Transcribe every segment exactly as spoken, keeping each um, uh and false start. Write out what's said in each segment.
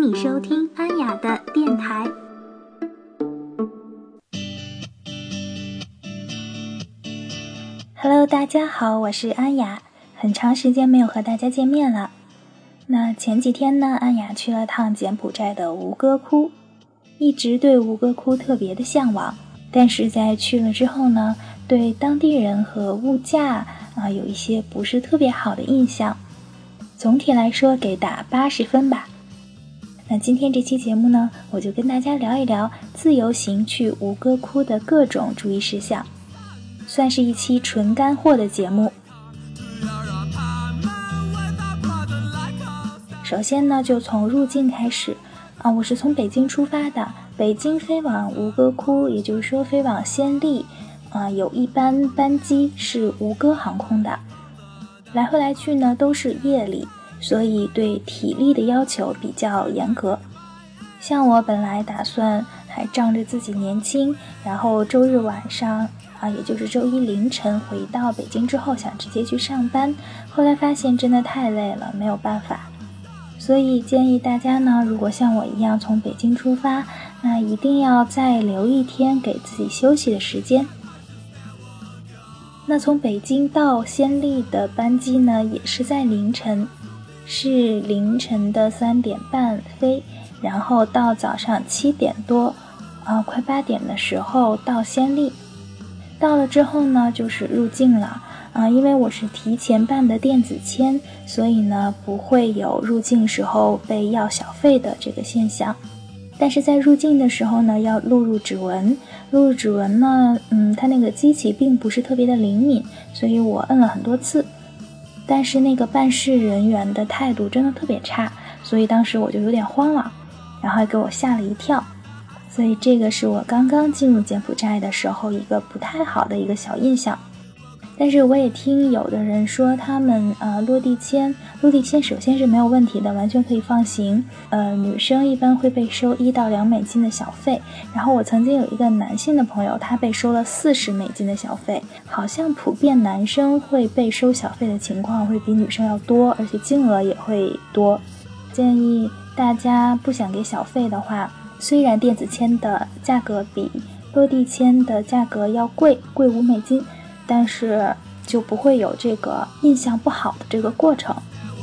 你收听安雅的电台。Hello， 大家好，我是安雅，很长时间没有和大家见面了。那前几天呢，安雅去了趟柬埔寨的吴哥窟，一直对吴哥窟特别的向往，但是在去了之后呢，对当地人和物价啊有一些不是特别好的印象。总体来说给打八十分吧。那今天这期节目呢，我就跟大家聊一聊自由行去吴哥窟的各种注意事项，算是一期纯干货的节目。首先呢，就从入境开始啊，我是从北京出发的，北京飞往吴哥窟，也就是说飞往暹粒啊，有一班班机是吴哥航空的，来回来去呢都是夜里，所以对体力的要求比较严格。像我本来打算还仗着自己年轻，然后周日晚上啊，也就是周一凌晨回到北京之后想直接去上班，后来发现真的太累了，没有办法。所以建议大家呢，如果像我一样从北京出发，那一定要再留一天给自己休息的时间。那从北京到暹粒的班机呢，也是在凌晨，是凌晨的三点半飞，然后到早上七点多，啊，快八点的时候到暹粒。到了之后呢，就是入境了，啊，因为我是提前办的电子签，所以呢不会有入境时候被要小费的这个现象。但是在入境的时候呢，要录入指纹，录入指纹呢，嗯，它那个机器并不是特别的灵敏，所以我摁了很多次，但是那个办事人员的态度真的特别差，所以当时我就有点慌了，然后还给我吓了一跳。所以这个是我刚刚进入柬埔寨的时候一个不太好的一个小印象。但是我也听有的人说他们呃落地签落地签首先是没有问题的，完全可以放行，呃女生一般会被收一到两美金的小费，然后我曾经有一个男性的朋友，他被收了四十美金的小费，好像普遍男生会被收小费的情况会比女生要多，而且金额也会多。建议大家不想给小费的话，虽然电子签的价格比落地签的价格要贵贵五美金，但是就不会有这个印象不好的这个过程。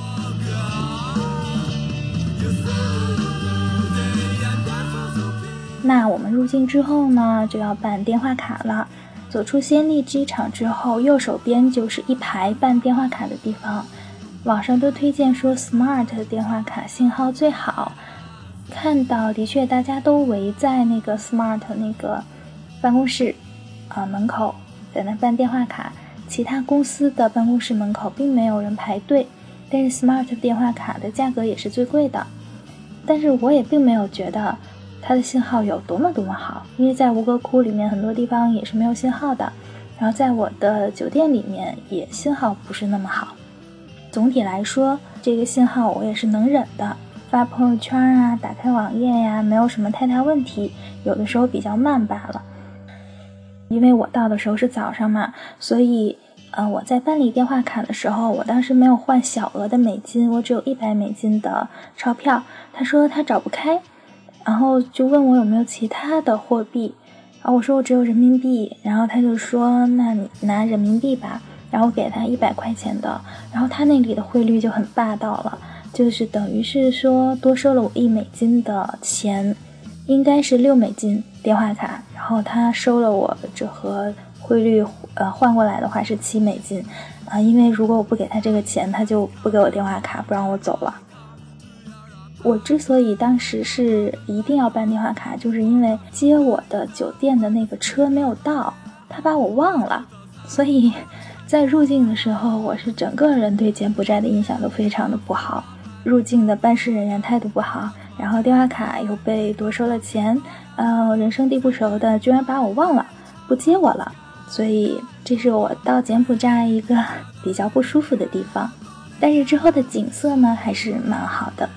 那我们入境之后呢，就要办电话卡了。走出暹粒机场之后，右手边就是一排办电话卡的地方。网上都推荐说 Smart 的电话卡信号最好，看到的确大家都围在那个 Smart 那个办公室啊门口在那办电话卡，其他公司的办公室门口并没有人排队，但是 Smart 电话卡的价格也是最贵的。但是我也并没有觉得它的信号有多么多么好，因为在吴哥窟里面很多地方也是没有信号的，然后在我的酒店里面也信号不是那么好。总体来说这个信号我也是能忍的，发朋友圈啊，打开网页呀，没有什么太大问题，有的时候比较慢罢了。因为我到的时候是早上嘛，所以呃，我在办理电话卡的时候，我当时没有换小额的美金，我只有一百美金的钞票。他说他找不开，然后就问我有没有其他的货币，然后我说我只有人民币，然后他就说那你拿人民币吧，然后给他一百块钱的，然后他那里的汇率就很霸道了，就是等于是说多收了我一美金的钱，应该是六美金电话卡，然后他收了我这和汇率呃换过来的话是七美金啊，因为如果我不给他这个钱，他就不给我电话卡，不让我走了。我之所以当时是一定要办电话卡，就是因为接我的酒店的那个车没有到，他把我忘了，所以在入境的时候，我是整个人对柬埔寨的印象都非常的不好。入境的办事人员态度不好，然后电话卡又被多收了钱，呃，人生地不熟的居然把我忘了，不接我了，所以这是我到柬埔寨一个比较不舒服的地方。但是之后的景色呢，还是蛮好的。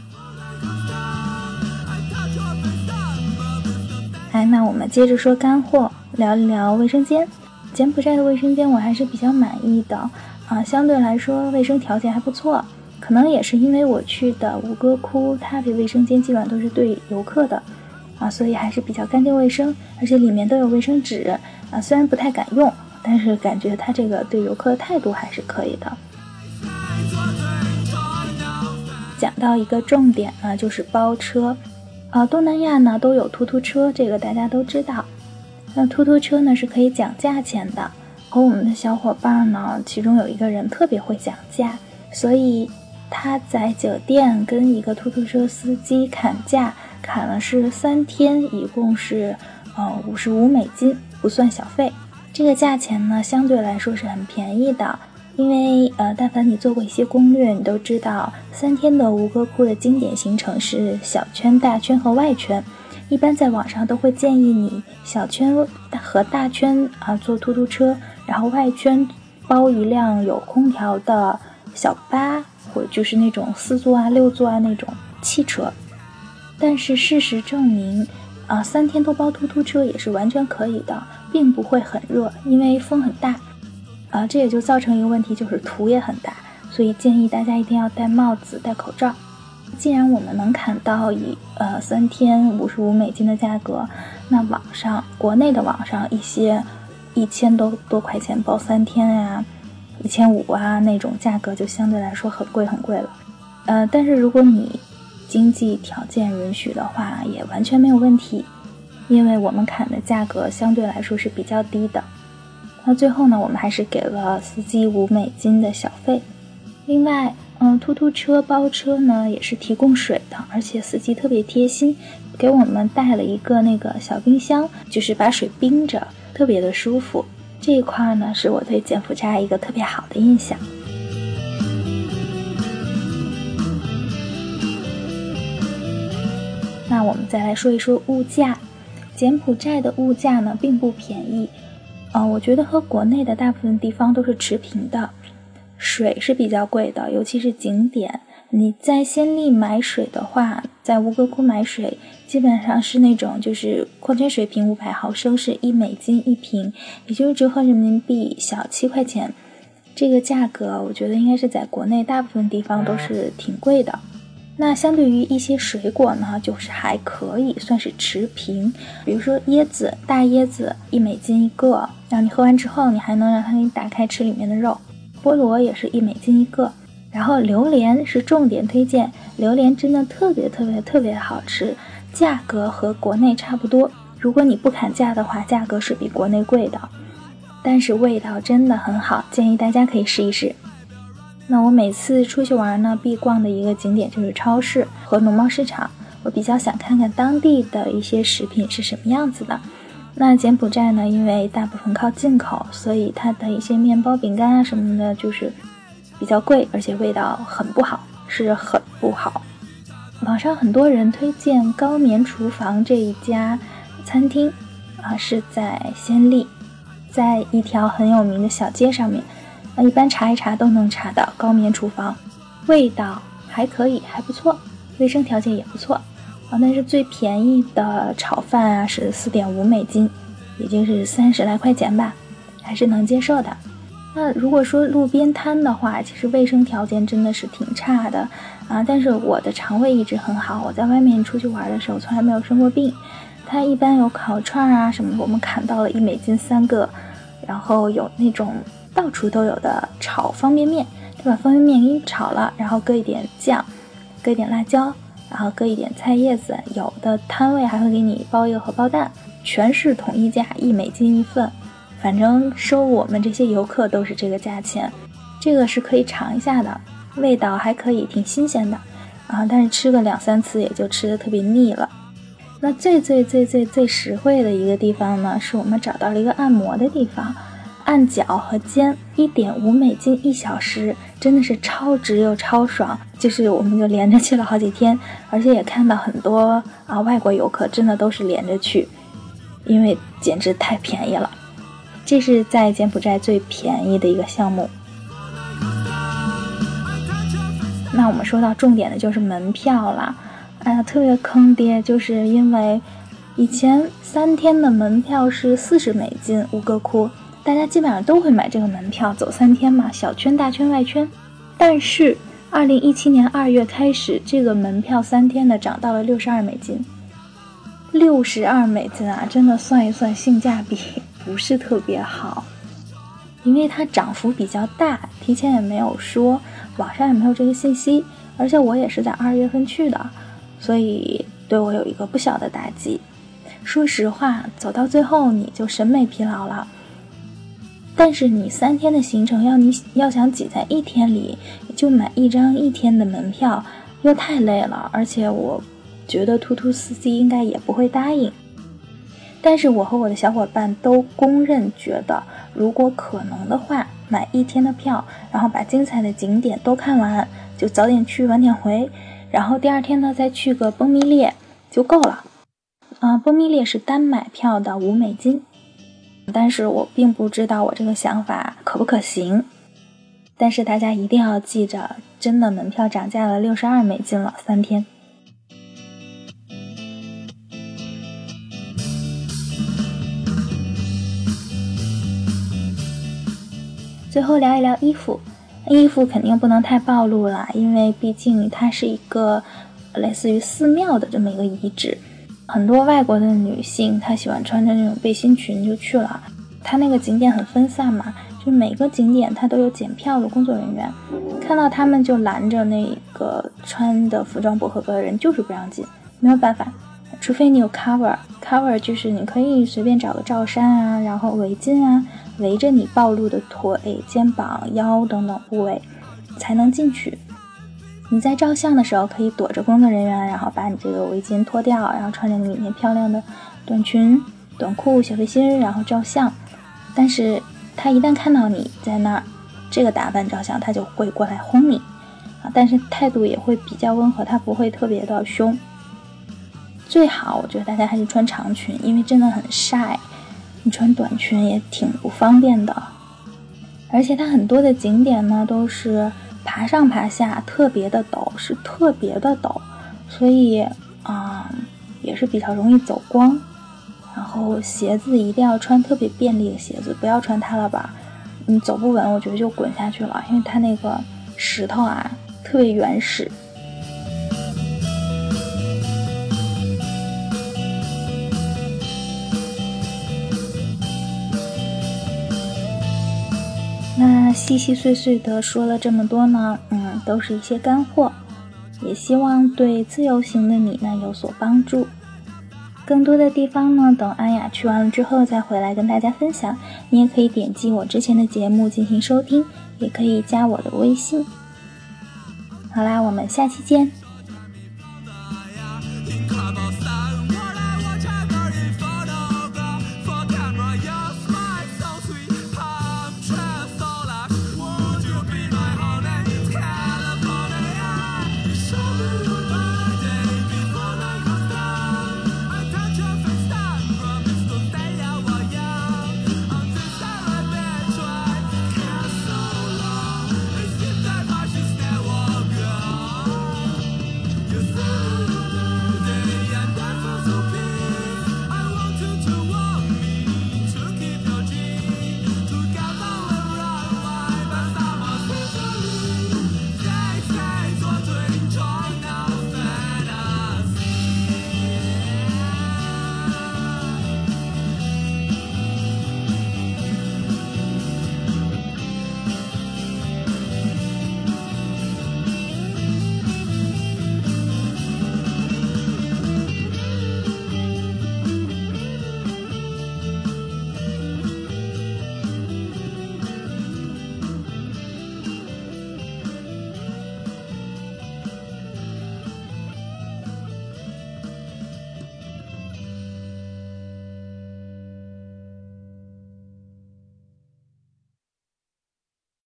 哎，那我们接着说干货，聊一聊卫生间。柬埔寨的卫生间我还是比较满意的啊，相对来说卫生条件还不错。 可能也是因为我去的吴哥窟，它的卫生间基本上都是对游客的啊，所以还是比较干净卫生，而且里面都有卫生纸啊，虽然不太敢用，但是感觉它这个对游客的态度还是可以的。讲到一个重点呢，就是包车。呃，东南亚呢都有突突车，这个大家都知道。那突突车呢是可以讲价钱的，和我们的小伙伴呢，其中有一个人特别会讲价，所以他在酒店跟一个突突车司机砍价，砍了是三天，一共是呃五十五美金，不算小费。这个价钱呢相对来说是很便宜的。因为呃，但凡你做过一些攻略，你都知道三天的吴哥窟的经典行程是小圈、大圈和外圈。一般在网上都会建议你小圈和大圈啊坐突突车，然后外圈包一辆有空调的小巴，或者就是那种四座啊、六座啊那种汽车。但是事实证明啊，三天都包突突车也是完全可以的，并不会很热，因为风很大。啊，这也就造成一个问题，就是图也很大，所以建议大家一定要戴帽子、戴口罩。既然我们能砍到以呃三天五十五美金的价格，那网上国内的网上一些一千多多块钱包三天呀、一千五啊那种价格就相对来说很贵很贵了。呃，但是如果你经济条件允许的话，也完全没有问题，因为我们砍的价格相对来说是比较低的。那最后呢，我们还是给了司机五美金的小费。另外，嗯，突突车包车呢也是提供水的，而且司机特别贴心，给我们带了一个那个小冰箱，就是把水冰着，特别的舒服。这一块呢是我对柬埔寨一个特别好的印象。那我们再来说一说物价。柬埔寨的物价呢并不便宜。呃，我觉得和国内的大部分地方都是持平的。水是比较贵的，尤其是景点。你在暹粒买水的话，在吴哥窟买水，基本上是那种就是矿泉水瓶五百毫升是一美金一瓶，也就是折合人民币小七块钱。这个价格，我觉得应该是在国内大部分地方都是挺贵的。那相对于一些水果呢，就是还可以算是持平。比如说椰子，大椰子一美金一个，然后你喝完之后，你还能让它给你打开吃里面的肉。菠萝也是一美金一个。然后榴莲是重点推荐，榴莲真的特别特别特别好吃，价格和国内差不多。如果你不砍价的话，价格是比国内贵的，但是味道真的很好，建议大家可以试一试。那我每次出去玩呢，必逛的一个景点就是超市和农贸市场，我比较想看看当地的一些食品是什么样子的。那柬埔寨呢，因为大部分靠进口，所以它的一些面包、饼干啊什么的，就是比较贵，而且味道很不好，是很不好。网上很多人推荐高棉厨房这一家餐厅啊，是在暹粒，在一条很有名的小街上面。一般查一查都能查到高棉厨房，味道还可以，还不错，卫生条件也不错啊。但是最便宜的炒饭啊是 四点五美金，也就是三十来块钱吧，还是能接受的。那如果说路边摊的话，其实卫生条件真的是挺差的啊。但是我的肠胃一直很好，我在外面出去玩的时候从来没有生过病。它一般有烤串啊什么的，我们砍到了一美金三个，然后有那种到处都有的炒方便面，就把方便面给你炒了，然后搁一点酱，搁一点辣椒，然后搁一点菜叶子，有的摊位还会给你包一个荷包蛋，全是统一价，一美金一份，反正收我们这些游客都是这个价钱。这个是可以尝一下的，味道还可以，挺新鲜的啊，但是吃个两三次也就吃得特别腻了。那最最最最最实惠的一个地方呢，是我们找到了一个按摩的地方，按脚和肩 一点五美金一小时，真的是超值又超爽。就是我们就连着去了好几天，而且也看到很多啊外国游客真的都是连着去，因为简直太便宜了。这是在柬埔寨最便宜的一个项目。那我们说到重点的就是门票啦，哎呀，特别坑爹，就是因为以前三天的门票是四十美金吴哥窟，大家基本上都会买这个门票，走三天嘛，小圈大圈外圈。但是二零一七年二月开始，这个门票三天的涨到了六十二美金。六十二美金啊，真的算一算性价比不是特别好，因为它涨幅比较大，提前也没有说，网上也没有这个信息，而且我也是在二月份去的，所以对我有一个不小的打击。说实话，走到最后你就审美疲劳了，但是你三天的行程要你要想挤在一天里就买一张一天的门票又太累了，而且我觉得突突司机应该也不会答应。但是我和我的小伙伴都公认觉得，如果可能的话，买一天的票，然后把精彩的景点都看完，就早点去晚点回，然后第二天呢再去个崩密列就够了。啊、呃，崩密列是单买票的五美金，但是我并不知道我这个想法可不可行。但是大家一定要记着，真的门票涨价了六十二美金了，三天。最后聊一聊衣服，衣服肯定不能太暴露了，因为毕竟它是一个类似于寺庙的这么一个遗址。很多外国的女性她喜欢穿着那种背心裙就去了，它那个景点很分散嘛，就每个景点它都有检票的工作人员，看到他们就拦着那个穿的服装不合格的人，就是不让进，没有办法，除非你有 cover cover 就是你可以随便找个罩衫啊，然后围巾啊围着你暴露的腿、肩膀、腰等等部位才能进去。你在照相的时候可以躲着工作人员，然后把你这个围巾脱掉，然后穿着你里面漂亮的短裙、短裤、小背心，然后照相。但是他一旦看到你在那儿这个打扮照相，他就会过来轰你啊，但是态度也会比较温和，他不会特别的凶。最好我觉得大家还是穿长裙，因为真的很晒，你穿短裙也挺不方便的。而且它很多的景点呢都是爬上爬下，特别的陡，是特别的陡，所以啊、嗯、也是比较容易走光。然后鞋子一定要穿特别便利的鞋子，不要穿踏拉板，你走不稳我觉得就滚下去了，因为它那个石头啊特别原始。那细细碎碎的说了这么多呢，嗯，都是一些干货，也希望对自由行的你呢有所帮助。更多的地方呢，等安雅去完了之后再回来跟大家分享。你也可以点击我之前的节目进行收听，也可以加我的微信。好啦，我们下期见。